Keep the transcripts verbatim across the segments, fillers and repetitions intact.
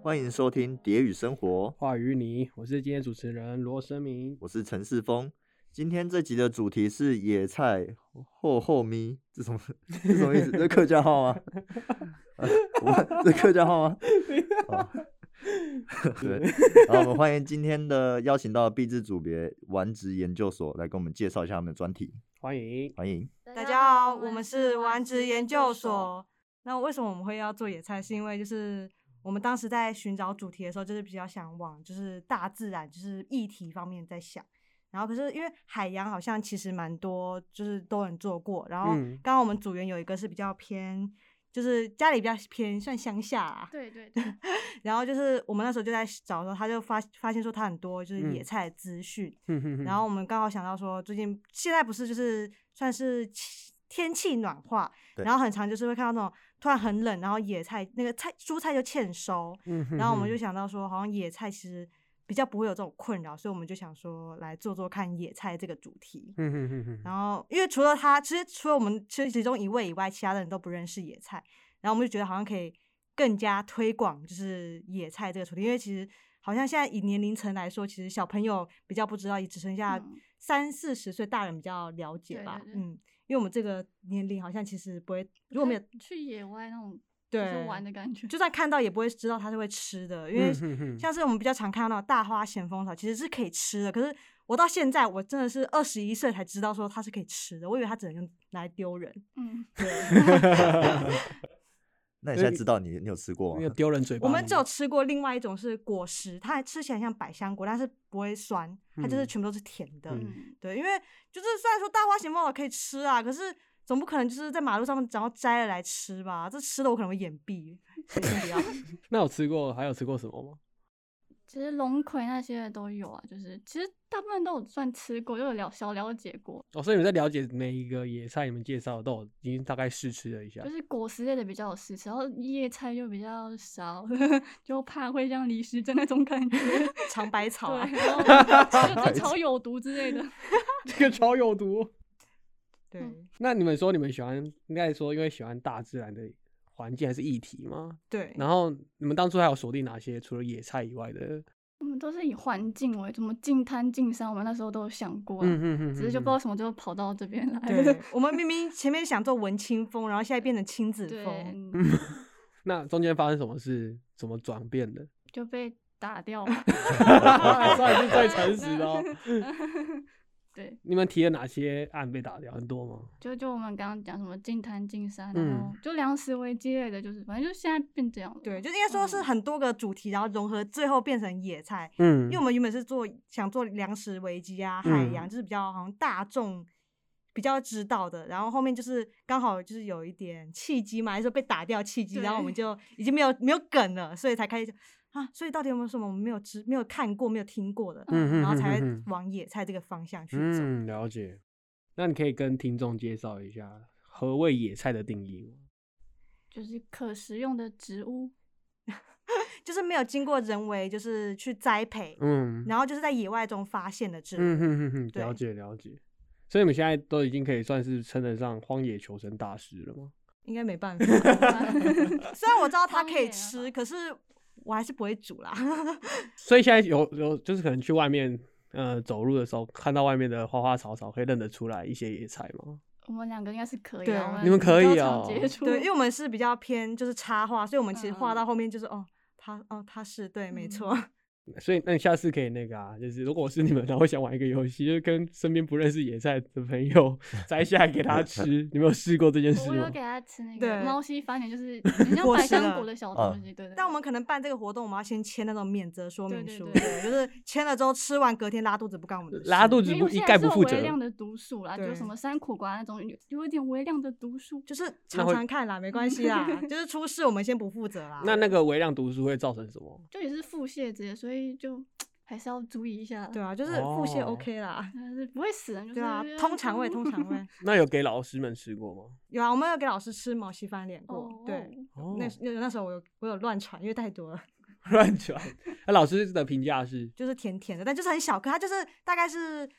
欢迎收听《蝶语生活》， 话语你，我是今天主持人罗生明， 我是陈世峰。今天这集的主题是野菜后后咪，这什么这什么意思？这客家话吗？啊、我这客家话吗？哦、对，然后我们欢迎今天的邀请到毕制组别玩职研究所来跟我们介绍一下他们的专题。 欢迎欢迎， 大家好，我们是玩职研究所。那为什么我们会要做野菜？是因为就是我们当时在寻找主题的时候，就是比较想往就是大自然就是议题方面在想。然后可是因为海洋好像其实蛮多，就是都有人做过。然后刚刚我们组员有一个是比较偏，就是家里比较偏算乡下啦。 对对对。 然后就是我们那时候就在找的时候，他就发发现说他很多就是野菜的资讯。嗯、然后我们刚好想到说，最近现在不是就是算是天气暖化，然后很常就是会看到那种突然很冷，然后野菜那个菜蔬菜就欠收。嗯、然后我们就想到说，好像野菜其实比较不会有这种困扰，所以我们就想说来做做看野菜这个主题。嗯、然后因为除了他，其实除了我们其实其中一位以外，其他的人都不认识野菜，然后我们就觉得好像可以更加推广就是野菜这个主题，因为其实好像现在以年龄层来说，其实小朋友比较不知道，也只剩下三四十岁，大人比较了解吧。对对对，嗯，因为我们这个年龄好像其实不会，如果没有去野外那种。 对， 玩的感觉， 就算看到也不会知道它是会吃的，因为像是我们比较常看到大花咸丰草，其实是可以吃的。可是我到现在，我真的是二十一岁才知道说它是可以吃的，我以为它只能用来丢人。嗯，对。 那你现在知道你你有吃过吗？ 有丢人嘴巴。 我们只有吃过另外一种是果实，它吃起来像百香果，但是不会酸，它就是全部都是甜的。嗯、对，因为就是虽然说大花咸丰草可以吃啊，可是总不可能就是在马路上面然后摘了来吃吧？这吃了我可能会眼闭，所以先不要。 那有吃过，还有吃过什么吗？ 其实龙葵那些都有啊，就是其实大部分都有算吃过，就有了小了解过。 哦，所以你们在了解每一个野菜，你们介绍的都有已经大概试吃了一下。 就是果实类的比较有试吃，然后叶菜就比较少，就怕会像李时珍那种感觉， 尝百草啊， 对，然后就这草有毒之类的。 这个草有毒。 对， 那你们说你们喜欢，应该说因为喜欢大自然的环境还是议题吗？ 对。 然后你们当初还有锁定哪些除了野菜以外的？ 我们都是以环境为主，什么进滩进山，我们那时候都有想过、啊，嗯嗯嗯，只是就不知道什么就跑到这边来。 对，我们明明前面想做文青风，然后现在变成亲子风。 那中间发生什么事？怎么转变的？ 就被打掉了。 算是最诚实的哦。 对， 你们提了哪些案被打掉？很多吗？ 就就我们刚刚讲什么进滩进山，然后就粮食危机类的，就是反正就现在变这样了。 对，就应该说是很多个主题，然后融合，最后变成野菜。嗯，因为我们原本是做想做粮食危机啊、海洋，嗯、就是比较好像大众比较知道的，然后后面就是刚好就是有一点契机嘛，还是说被打掉契机，然后我们就已经没有没有梗了，所以才开始。啊，所以到底有没有什么我们没有知、没有看过、没有听过的，嗯、然后才会往野菜这个方向去走。 嗯，了解。那你可以跟听众介绍一下何谓野菜的定义吗？ 就是可食用的植物， 就是没有经过人为就是去栽培，嗯，然后就是在野外中发现的植物。嗯哼哼哼，了解了解。所以你们现在都已经可以算是称得上荒野求生大师了吗？ 应该没办法。虽然我知道它可以吃，可是我还是不会煮啦。 所以现在有有就是可能去外面呃走路的时候，看到外面的花花草草，可以认得出来一些野菜吗？ 我们两个应该是可以的、啊。 你们可以哦。 对，因为我们是比较偏就是插画，所以我们其实画到后面就是、嗯、哦，他哦他是对，没错。 所以那你下次可以那个啊，就是如果我是你们，然后想玩一个游戏，就是跟身边不认识野菜的朋友摘下来给他吃，你们有试过这件事吗？ 我有给他吃那个猫西番茄，就是很像百香果的小东西，对对。 但我们可能办这个活动，我们要先签那种免责说明书，对，就是签了之后吃完隔天拉肚子不干我们的事， 拉肚子不一概不负责。 微量的毒素啦，就是什么山苦瓜那种有一点微量的毒素， 就是尝尝看啦，没关系啦，就是出事我们先不负责啦。 那那个微量毒素会造成什么？ 就也是腹泻之类，所以就。还是要注意一下， 对啊，就是腹泻 OK 啦， 但是不会死人，就是对啊，通肠胃，通肠胃。 那有给老师们吃过吗？ 有啊，我们有给老师吃毛西番脸过，哦、对，哦、那那时候我有我有乱传，因为太多了。 乱传，那老师的评价是， 就是甜甜的，但就是很小颗，它就是大概是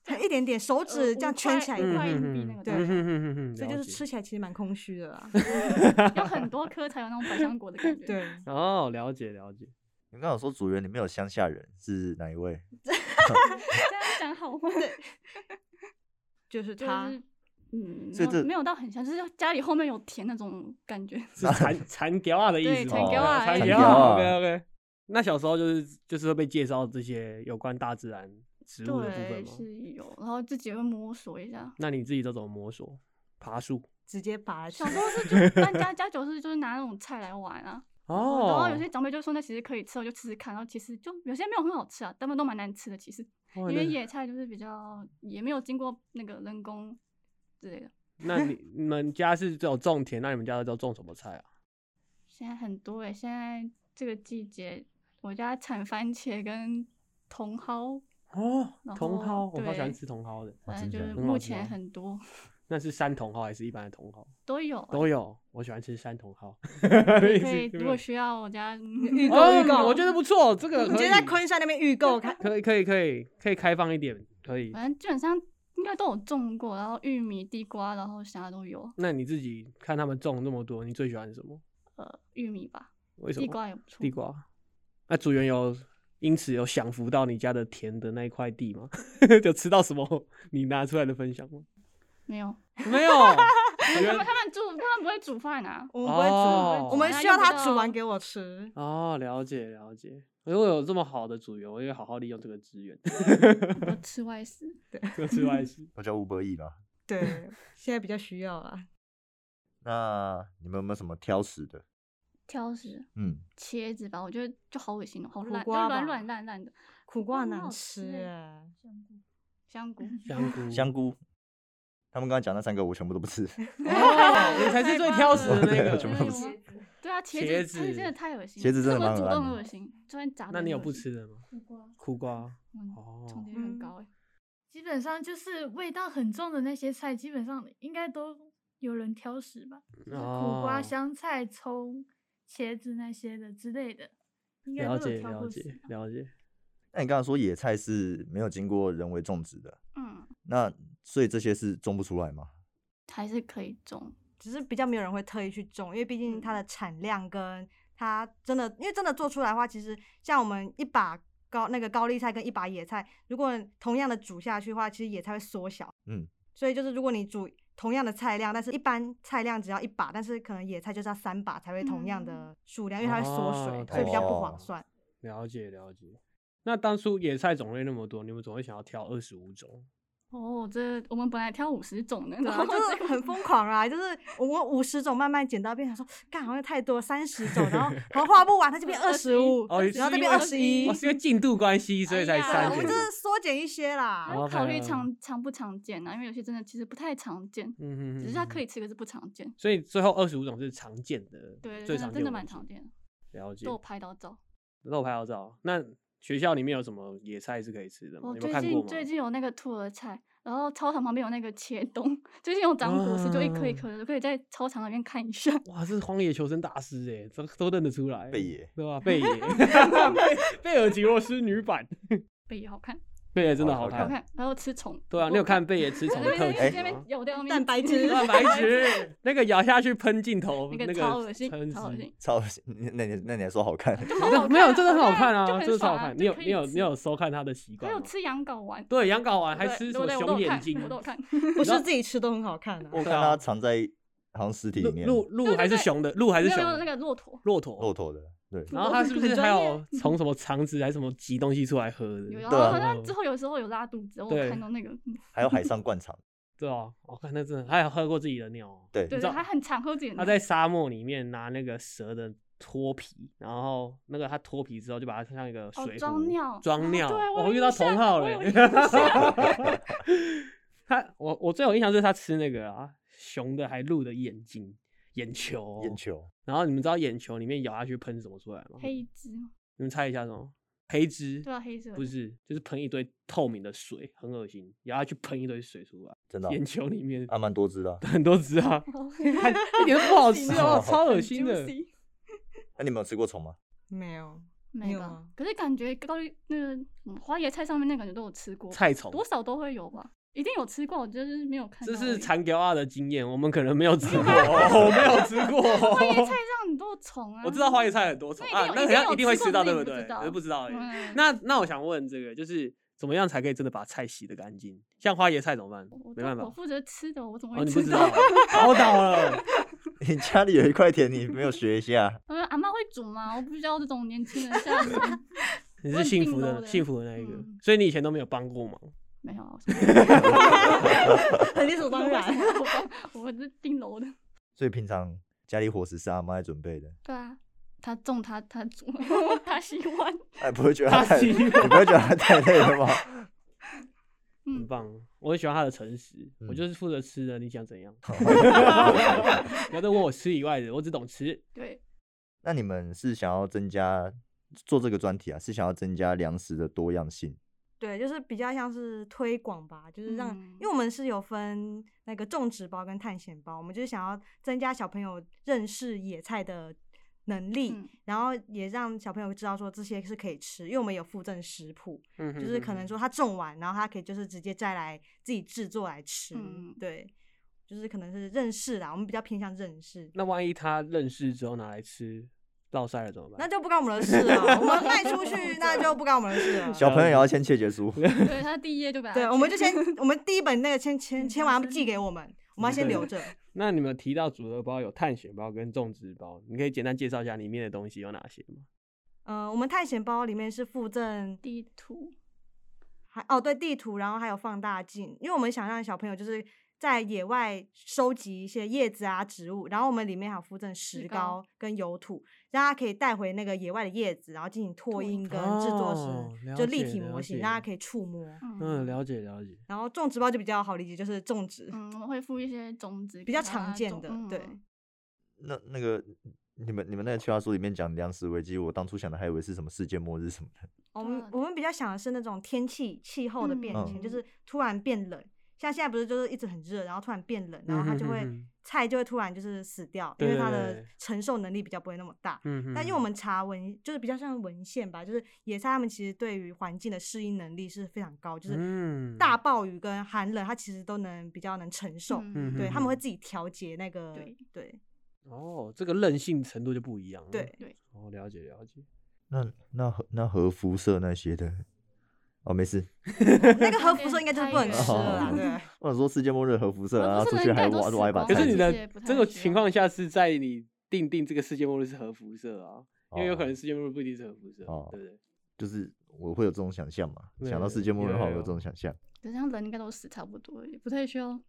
一点点手指这样圈起来一块点， 硬币那个， 对，所以就是吃起来其实蛮空虚的啦。 有很多颗才有那种百香果的感觉。 对， 哦，了解了解。 你刚刚有说组员里面有乡下人，是哪一位？ 这样讲好吗？ 就是他。 就是嗯， 所以这没有到很像，就是家里后面有田那种感觉。 是残残条啊的意思对， 吗？ 残条啊， 残条啊。OK OK。那小时候就是就是会被介绍这些有关大自然植物的部分对， 吗？ 是有，然后自己会摸索一下。 那你自己都怎么摸索？爬树？ 直接拔了。 小时候是就搬家家酒是就是拿那种菜来玩啊。 哦。 然后有些长辈就说那其实可以吃，我就吃吃看，然后其实就有些没有很好吃啊，大部分都蛮难吃的其实，因为野菜就是比较也没有经过那个人工之类的。 那你你们家是只有种田，那你们家都种什么菜啊？ 现在很多哎，现在这个季节，我家产番茄跟茼蒿。 哦，茼蒿，我好喜欢吃茼蒿的。 反正就是目前很多。 那是山茼蒿还是一般的茼蒿？ 都有， 都有。我喜欢吃山茼蒿。 可以，如果需要我家预购预购， 我觉得不错，这个你直接在昆山那边预购看， 可以可以可以可以开放一点，可以。 反正基本上应该都有种过，然后玉米、地瓜，然后啥都有。 那你自己看他们种那么多，你最喜欢什么？ 呃，玉米吧。 为什么？ 地瓜也不错。 地瓜。那组员有因此有享福到你家的田的那一块地吗？有吃到什么你拿出来的分享吗？ 没有， 没有。 他们他们煮，他们不会煮饭啊。 我们不会煮， 哦、 我们需要他煮完给我吃。 哦，了解了解。如果有这么好的组员，我会好好利用这个资源。 我吃外食， 对， 吃外食。 我叫Uber Eats嘛。 对，现在比较需要啦。 那你们有没有什么挑食的？ 挑食， 嗯， 茄子吧，我觉得就好恶心哦，好烂， 苦瓜吧软软烂烂的。 苦瓜难吃哎， 香菇， 香菇， 香菇。他们刚才讲那三个，我全部都不吃。 哦，你才是最挑食的那个。 全部都不吃。 对啊，茄子真的太恶心， 茄子真的蛮恶心， 煮都很恶心，就算炸。 那你有不吃的吗？ 苦瓜， 苦瓜， 嗯， 哦， 重叠很高哎。 基本上就是味道很重的那些菜，基本上应该都有人挑食吧，就是苦瓜、香菜、葱、茄子那些的之类的，应该都有挑过食。 了解了解了解。 那你刚刚说野菜是没有经过人为种植的， 嗯， 那所以这些是种不出来吗？ 还是可以种， 只是比较没有人会特意去种，因为毕竟它的产量跟它真的，因为真的做出来的话，其实像我们一把高那个高丽菜跟一把野菜，如果同样的煮下去的话，其实野菜会缩小。 嗯， 所以就是如果你煮同样的菜量，但是一般菜量只要一把，但是可能野菜就是要三把才会同样的数量，嗯、因为它会缩水， 哦、 所以比较不划算。 了解了解。那当初野菜种类那么多，你们总会想要挑二十五种？ 哦，这我们本来挑五十种的， 然后就是很疯狂啊，就是我们五十种慢慢减到变成说，干好像太多三十种，然后然后画不完，它就变二十五，然后这边二十一， 哦，是因为进度关系，所以才删、哎。 我们就是缩减一些啦， 还要考虑常常不常见啊，因为有些真的其实不太常见， 嗯哼哼， 只是它可以吃，可是不常见。 所以最后二十五种是常见的， 对， 最常见真的蛮常见的。 了解， 都有拍到照， 都有拍到照。那学校里面有什么野菜是可以吃的吗？ 我、 哦、 最近最近有那个兔儿菜。然后操场旁边有那个茄冬，最近有长果实，就一颗一颗的，可以在操场那边看一下。 哇，这是荒野求生大师哎，这都认得出来。 贝野， 对吧？贝野，贝尔吉罗斯女版， 贝野好看， 贝野真的好看， 好看。然后吃虫， 对啊，你有看贝野吃虫的特辑吗？咬掉蛋白质， 蛋白质，那个咬下去喷镜头， 那个超恶心，超恶心， 超恶心。那你那你还说好看？ 没有，真的很好看啊，真的超好看。你有你有你有收看他的习惯？ 还有吃羊睾丸， 对，羊睾丸还吃什么熊眼睛？ 我都有看， 不是自己吃都很好看啊。 我看他藏在好像尸体里面， 鹿鹿还是熊的？鹿还是熊？ 那个骆驼， 骆驼， 骆驼的。对， 然后他是不是还有从什么肠子还是什么挤东西出来喝的？ 有，好像之后有时候有拉肚子，我看到那个。 还有海上灌肠。 对啊，我看那真的，他有喝过自己的尿。 对， 对，他很常喝自己的尿。 他在沙漠里面拿那个蛇的脱皮，然后那个他脱皮之后就把它像一个水壶装尿， 装尿。 对， 我遇到同号了。他我我最有印象是他吃那个啊熊的还鹿的眼睛。眼球， 眼球， 然后你们知道眼球里面咬下去喷什么出来吗？ 黑汁。 你们猜一下什么？黑汁？ 对啊，黑色。 不是，就是喷一堆透明的水，很恶心，咬下去喷一堆水出来。 真的、哦？ 眼球里面还蛮多汁的、啊， 很多汁啊，一点都不好吃哦，超恶心的。 那你们有吃过虫吗？ 没有。 没吧？可是感觉高丽那个花椰菜上面那感觉都有吃过， 菜虫多少都会有吧。一定有吃过，我就是没有看到。 这是残条啊的经验，我们可能没有吃过，我没有吃过。 花椰菜上很多虫啊！ 我知道花椰菜很多虫啊，那好像一定会吃到，对不对？我不知道哎。那那我想问这个，就是怎么样才可以真的把菜洗得干净？像花椰菜怎么办？没办法， 我负责吃的，我怎么会知道？搞倒了。 你家里有一块田，你没有学一下？ 阿嬷会煮吗？我不需要这种年轻人下手。 你是幸福的，幸福的那一个，所以你以前都没有帮过忙。 没有， 很理所当然。 我我是顶楼的， 所以平常家里伙食是阿妈在准备的。 对啊，他种他他煮，他喜欢。 哎，不会觉得他太，你不会觉得他太累了吗？ 很棒，我很喜欢他的诚实。嗯、我就是负责吃的，你想怎样？不要再问我吃以外的，我只懂吃。 对。 那你们是想要增加做这个专题啊？是想要增加粮食的多样性？ 对，就是比较像是推广吧，就是让，嗯、因为我们是有分那个种植包跟探险包，我们就是想要增加小朋友认识野菜的能力，嗯、然后也让小朋友知道说这些是可以吃，因为我们有附赠食谱，嗯、就是可能说他种完，然后他可以就是直接摘来自己制作来吃，嗯、对，就是可能是认识啦，我们比较偏向认识。 那万一他认识之后拿来吃？落塞了怎么办？ 那就不干我们的事了。我们卖出去，那就不干我们的事了。 小朋友也要签切结书。 对，他第一页就把它。 对，我们就先，我们第一本那个签签签完寄给我们，我们要先留着。 那你们提到组合包有探险包跟种植包，你可以简单介绍一下里面的东西有哪些吗？ 呃，我们探险包里面是附赠地图， 还哦对地图，然后还有放大镜，因为我们想让小朋友就是在野外收集一些叶子啊植物，然后我们里面还有附赠石膏跟油土，让他可以带回那个野外的叶子，然后进行拓印跟制作时、哦、就立体模型，让他可以触摸。 嗯，了解了解。 然后种植包就比较好理解，就是种植， 嗯，我们会附一些种子， 比较常见的，嗯、对。 那那个你们你们那个企划书里面讲粮食危机，我当初想的还以为是什么世界末日什么的。 我们我们比较想的是那种天气气候的变迁，嗯、就是突然变冷。像现在不是就是一直很热，然后突然变冷，然后它就会、嗯、菜就会突然就是死掉，因为它的承受能力比较不会那么大。嗯、但因为我们查文就是比较像文献吧，就是野菜它们其实对于环境的适应能力是非常高，就是大暴雨跟寒冷它其实都能比较能承受。嗯、对，他们会自己调节那个对。对哦，这个韧性程度就不一样了。 对对。 哦，了解了解。 那那那核辐射那些的。哦，没事。 那个核辐射应该就是不能吃了啦，对。 我想说世界末日核辐射，然后出去还挖挖一把菜。 可是你的这个情况下是在你定定这个世界末日是核辐射啊，因为有可能世界末日不一定是核辐射，哦、对不对？ 就是我会有这种想象嘛，想到世界末日的话，我有这种想象。 这样人应该都死差不多，也不太需要。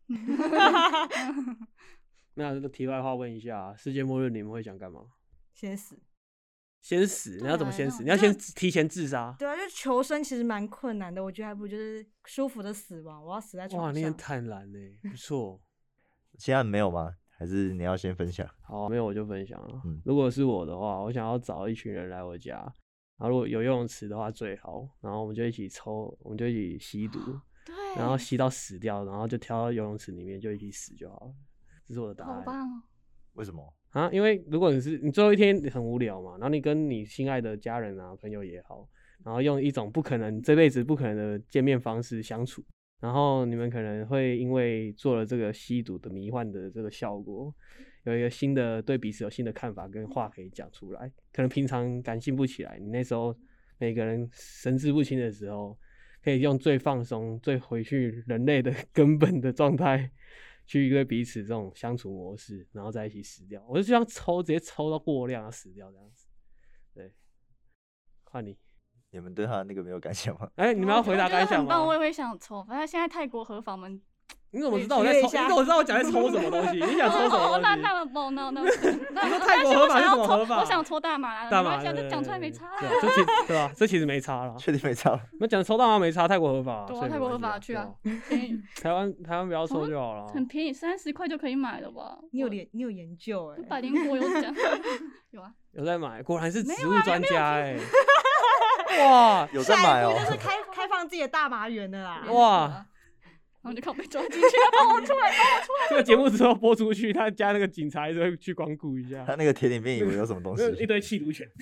那题外话问一下，世界末日你们会想干嘛？ 先死。 先死？你要怎么先死？你要先提前自杀？ 对啊，就求生其实蛮困难的，我觉得还不如就是舒服的死亡。我要死在床上。 哇，你很坦然呢，不错。 其他人没有吗？还是你要先分享？ 好，没有我就分享了。嗯、如果是我的话，我想要找一群人来我家，然后如果有游泳池的话最好，然后我们就一起抽，我们就一起吸毒， 对， 然后吸到死掉，然后就跳到游泳池里面就一起死就好了。这是我的答案。 好棒哦！ 为什么？ 啊，因为如果你是你最后一天很无聊嘛，然后你跟你心爱的家人啊、朋友也好，然后用一种不可能这辈子不可能的见面方式相处，然后你们可能会因为做了这个吸毒的迷幻的这个效果，有一个新的对彼此有新的看法跟话可以讲出来。可能平常感性不起来，你那时候每个人神志不清的时候，可以用最放松、最回去人类的根本的状态。去对彼此这种相处模式，然后在一起死掉。我就这样抽，直接抽到过量，死掉这样子。对，换你。 你们对他那个没有感想吗？ 哎、欸，你们要回答感想吗？ 我也会想抽，反正现在泰国合法们。 你怎么知道我在抽？你怎么知道我讲在抽什么东西？你想抽什么东西？ 那那不那那那泰国合法是什么合法？ 我想抽大麻， 大麻就讲出来没差。 这其对吧？这其实没差了， 确定没差。 那讲抽大麻没差，泰国合法， 对啊，泰国合法去啊， 便宜。台湾台湾不要抽就好了， 很便宜，三十块就可以买了吧？ 你有研你有研究哎， 百灵果有讲，有啊， 有在买，果然是植物专家哎。哇， 有在买哦。 下一步就是开开放自己的大麻园的啦。 哇。 然后就看我被抓进去，帮我出来，帮我出来。 这个节目之后播出去，他家那个警察就会去光顾一下。 他那个田里面以为有什么东西， 一堆缉毒犬。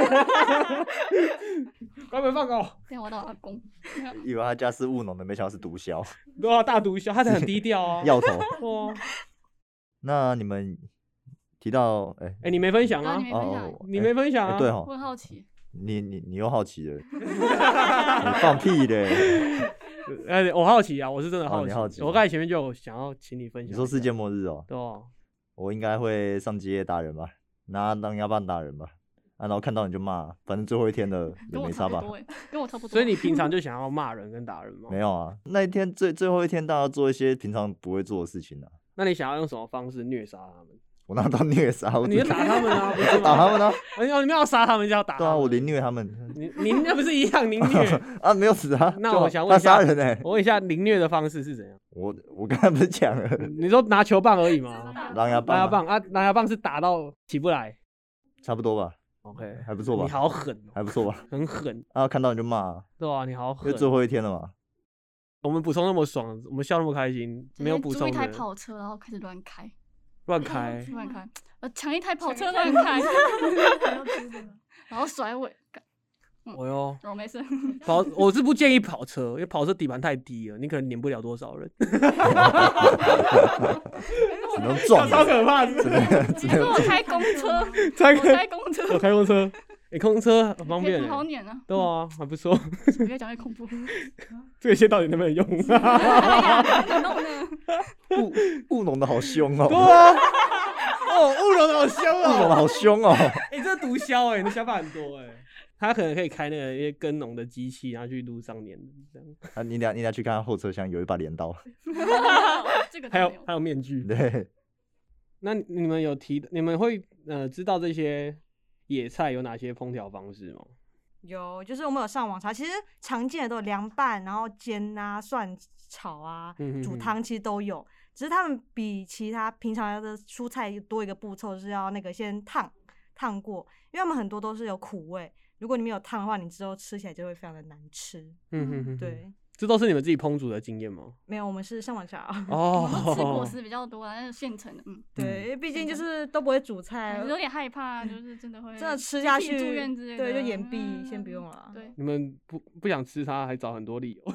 关门放狗。 对，我到阿公。 以为他家是务农的，没想到是毒枭。 对啊，大毒枭，他才很低调啊。 药头。 哦。 那你们提到，哎、欸、 哎、欸，你没分享啊？ 你没分享、 哦， 你没分享啊？ 欸、对哈， 我很好奇。 你你你又好奇了？你放屁嘞！ 哎，我好奇啊，我是真的好奇。 哦、好奇我刚才前面就有想要请你分享。 你说世界末日哦？ 对哦。 我应该会上街打人吧，拿当鸭棒打人吧，啊，然后看到你就骂，反正最后一天了也没差吧。 跟我差不多。 所以你平常就想要骂人跟打人吗？ 没有啊，那一天最最后一天，大家做一些平常不会做的事情啊。 那你想要用什么方式虐杀他们？ 我哪到虐杀？ 你就打他们啊！ 我打他们啊！ 你要你们要杀他们就要打。 对啊，我凌虐他们。 你你那不是一样凌虐啊？没有死啊！ 那我想问一下， 他杀人哎！ 我问一下凌虐的方式是怎样？ 我我刚才不是讲了？ 你说拿球棒而已吗？ 狼牙棒。 狼牙棒啊！狼牙棒是打到起不来。 差不多吧。 OK， 还不错吧？ 你好狠， 还不错吧？ 很狠啊！看到你就骂。 对啊，你好狠。 因为最后一天了嘛。 我们补充那么爽，我们笑那么开心，没有补充的。 租一台跑车，然后开始乱开。 乱开， 乱开，呃，抢一台跑车乱开，然后甩尾。 哦哟， 我没事。 跑，我是不建议跑车，因为跑车底盘太低了，你可能碾不了多少人。 只能撞， 超可怕！ 只能只能。 我开公车， 开开公车， 我开公车。哎、欸，空车很方便、欸， 好撵啊！ 对啊，还不错。 越讲越恐怖。 这个线到底能不能用？ 务务农的好凶哦。 对啊。哦，务农的好凶哦。 务农的好凶哦。 哎、欸，这毒枭哎，你的想法很多哎、欸。他可能可以开那个一些耕农的机器，然后去路上撵这样。 啊，你俩你俩去看他后车厢有一把镰刀。 这个还有还有面具。 对。 那你们有提，你们会呃知道这些？野菜有哪些烹调方式吗？ 有，就是我们有上网查，其实常见的都有凉拌，然后煎啊、涮炒啊、煮汤，其实都有。只是他们比其他平常的蔬菜多一个步骤，是要那个先烫烫过，因为他们很多都是有苦味。如果你没有烫的话，你之后吃起来就会非常的难吃。 嗯哼哼， 对。 这都是你们自己烹煮的经验吗？ 没有，我们是上网查。 哦， 吃果实比较多啊，那是现成的。嗯， 对，因为毕竟就是都不会煮菜， 有点害怕，就是真的会真的吃下去住院之类的。 对，就眼闭，先不用了。 对， 你们不不想吃它，还找很多理由。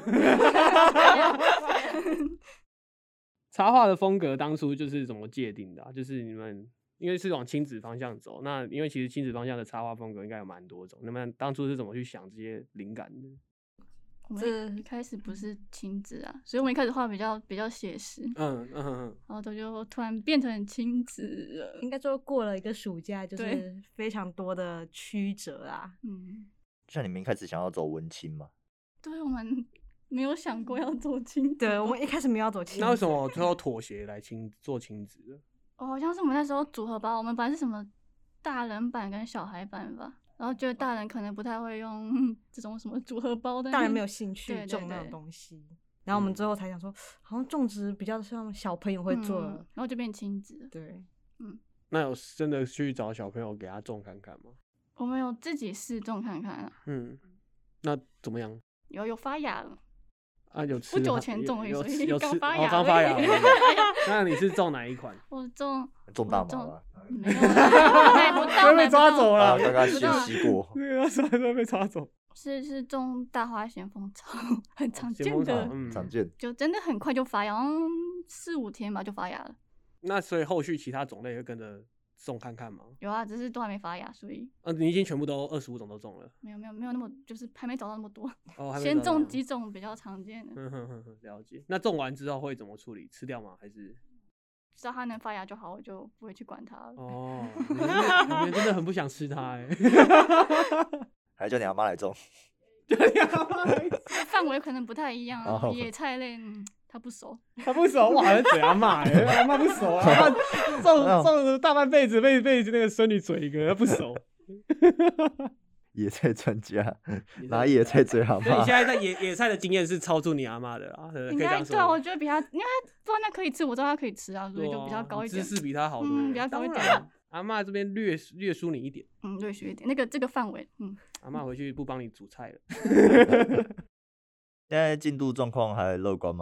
插画的风格当初就是怎么界定的、啊？就是你们因为是往亲子方向走，那因为其实亲子方向的插画风格应该有蛮多种，你们当初是怎么去想这些灵感的？ 我们一开始不是亲子啊，所以我们一开始画比较比较写实， 嗯嗯嗯， 然后就突然变成亲子了。 应该说过了一个暑假，就是非常多的曲折啊。 嗯， 像你们一开始想要走文青嘛？ 对，我们没有想过要走亲子。 对，我们一开始没有要走亲子。 那为什么最后妥协来亲做亲子的？ 哦，好像是我们那时候组合包，我们本来是什么大人版跟小孩版吧。然后觉得大人可能不太会用这种什么组合包的， 大人没有兴趣种那种东西。然后我们之后才想说，好像种植比较像小朋友会做， 嗯、然后就变亲子。 对， 嗯。 那有真的去找小朋友给他种看看吗？ 我们有自己试种看看啊。 嗯，那怎么样？ 有有发芽了。 啊，有吃不久前种而已， 有所以有刚发芽。 刚发芽。那你是种哪一款？ 我种种大麻吧。 没有，买不到。 被抓走了。 刚刚先吸过。 对啊，所以被抓走。 是是种大花咸丰草，很常见的， 嗯， 常见。 就真的很快就发芽，好像四五天吧就发芽了。 那所以后续其他种类会跟着种看看吗？ 有啊，只是都还没发芽，所以。 啊，你已经全部都二十五种都种了？ 没有没有没有那么，就是还没找到那么多。 哦， 先种几种比较常见的。 嗯哼哼哼，了解。那种完之后会怎么处理？吃掉吗？还是？ 只要它能发芽就好，我就不会去管它了。 哦，你们真的很不想吃它哎。 还叫你阿妈来种？ 叫你阿妈来种。 范围可能不太一样啊， 哦、 野菜类。嗯他不熟， 他不熟，哇，还嘴阿妈哎，阿妈不熟啊，阿妈种种大半辈子被被那个孙女嘴一个，他不熟。 野菜专家，拿野菜追阿妈。 所以你现在在野野菜的经验是超出你阿妈的啊， 应该对啊，我觉得比他，因为他不知道那可以吃，我知道他可以吃啊，所以就比较高一点， 知识比他好多， 嗯，比较高一点。 阿妈这边略略输你一点， 嗯，略输一点，那个这个范围，嗯。 阿妈回去不帮你煮菜了。 现在进度状况还乐观吗？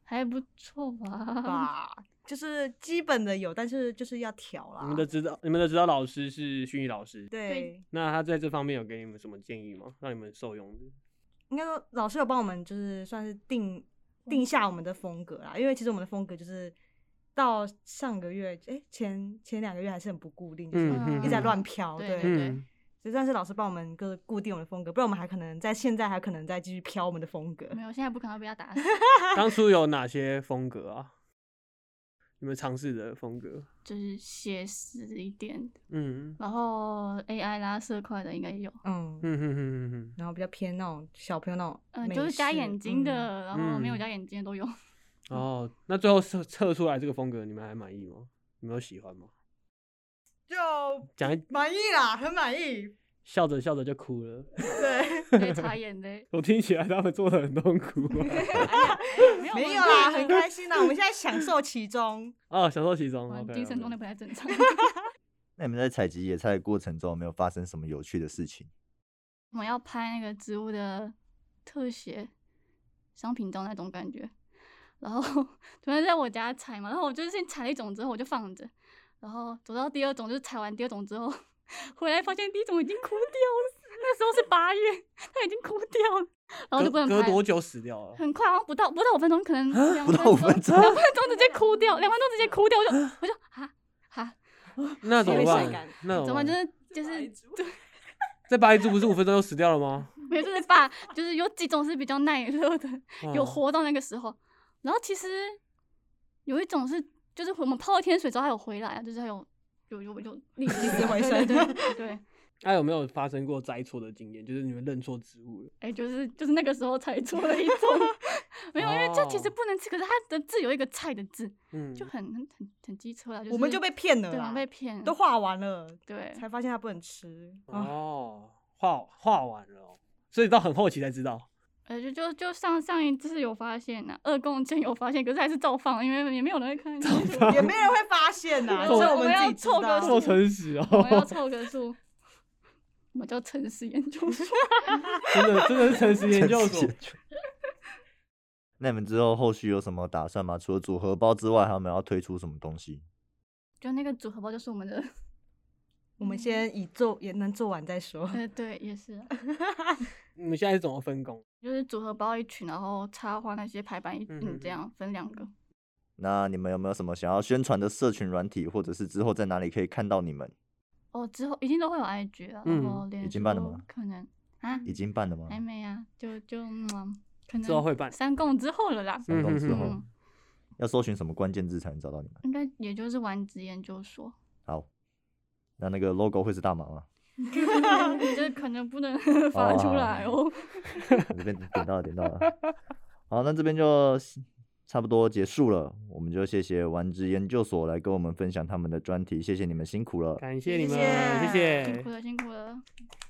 还不错吧？ 吧，就是基本的有，但是就是要调啦。 你们的指导，你们的指导老师是训育老师， 对， 那他在这方面有给你们什么建议吗？让你们受用的？ 应该说老师有帮我们，就是算是定定下我们的风格啦。因为其实我们的风格就是到上个月，哎、欸，前前两个月还是很不固定，就是一直在乱飘， 对对对对。 就算是老师帮我们个固定我们的风格，不然我们还可能在现在还可能再继续飘我们的风格。 没有，现在不可能被他打死。 当初有哪些风格啊？你们尝试的风格就是写实一点的， 嗯， 然后 A I 拉色块的应该有， 嗯嗯哼哼哼， 然后比较偏那种小朋友那种， 嗯，就是加眼睛的， 嗯、 然后没有加眼睛的都有。 哦，那最后测测出来这个风格，你们还满意吗？你们有喜欢吗？ 就讲满意啦，很满意。 笑着笑着就哭了， 对， 对，擦眼泪。 我听起来他们做的很痛苦、啊没有，没有啦，很开心啦，我们现在享受其中。 哦，享受其中， 精神状态不太正常。 那你们在采集野菜的过程中，有没有发生什么有趣的事情？ 我们要拍那个植物的特写商品照那种感觉，然后突然在我家采嘛，然后我就是先采了一种之后我就放着，然后走到第二种，就是采完第二种之后。回来发现第一种已经枯掉了，那时候是八月，它已经枯掉了，然后就不能拍。 隔多久死掉了？ 很快，好像不到不到五分钟，可能两分钟，不到五分钟， 两分钟直接枯掉，两分钟直接枯掉，我就我就哈哈， 那怎么办？那怎么办？就是就是再拔一株不是五分钟就死掉了吗？ 没有，就是拔，就是有几种是比较耐热的， 嗯、 有活到那个时候，然后其实有一种是，就是我们泡一天水之后还有回来啊，就是还有。有有有历史回升，对对对。 那、啊、有没有发生过摘错的经验？就是你们认错植物了？ 哎、欸，就是就是那个时候采错了一种，没有，因为这其实不能吃，可是它的字有一个菜的字，嗯，就很很很很机车啦、就是。 我们就被骗了， 对，我们被骗了， 都画完了， 对， 才发现它不能吃。 哦，画画完了，所以到很后期才知道。 呃，就就就上上一次有发现呐、啊，二共前有发现，可是还是照放，因为也没有人会看， 也没人会发现呐、啊，所以我们自己凑个数，诚实哦， 我们要凑个数，我们叫诚实研究所， 真的真的是诚实研究所。 那你们之后后续有什么打算吗？除了组合包之外，还有没有要推出什么东西？ 就那个组合包就是我们的。 我们先以做也能做完再说。 呃，对，也是。 你们现在是怎么分工？ 就是组合包一群，然后插画那些排版一嗯这样分两个。 那你们有没有什么想要宣传的社群软体，或者是之后在哪里可以看到你们？ 哦，之后一定都会有 I G 啊，然后已经办了吗？ 可能啊， 已经办了吗？ 还没啊，就就嗯，可能之后会办， 三共之后了啦。 三共之后， 嗯、 要搜寻什么关键字才能找到你们？ 应该也就是丸子研究所。 好。那那个 logo 会是大麻吗？ 这可能不能发出来哦。 哦这边点到了，点到了。好，那这边就差不多结束了，我们就谢谢丸子研究所来跟我们分享他们的专题，谢谢你们辛苦了， 感谢你们， 谢谢， 谢谢， 辛苦了，辛苦了。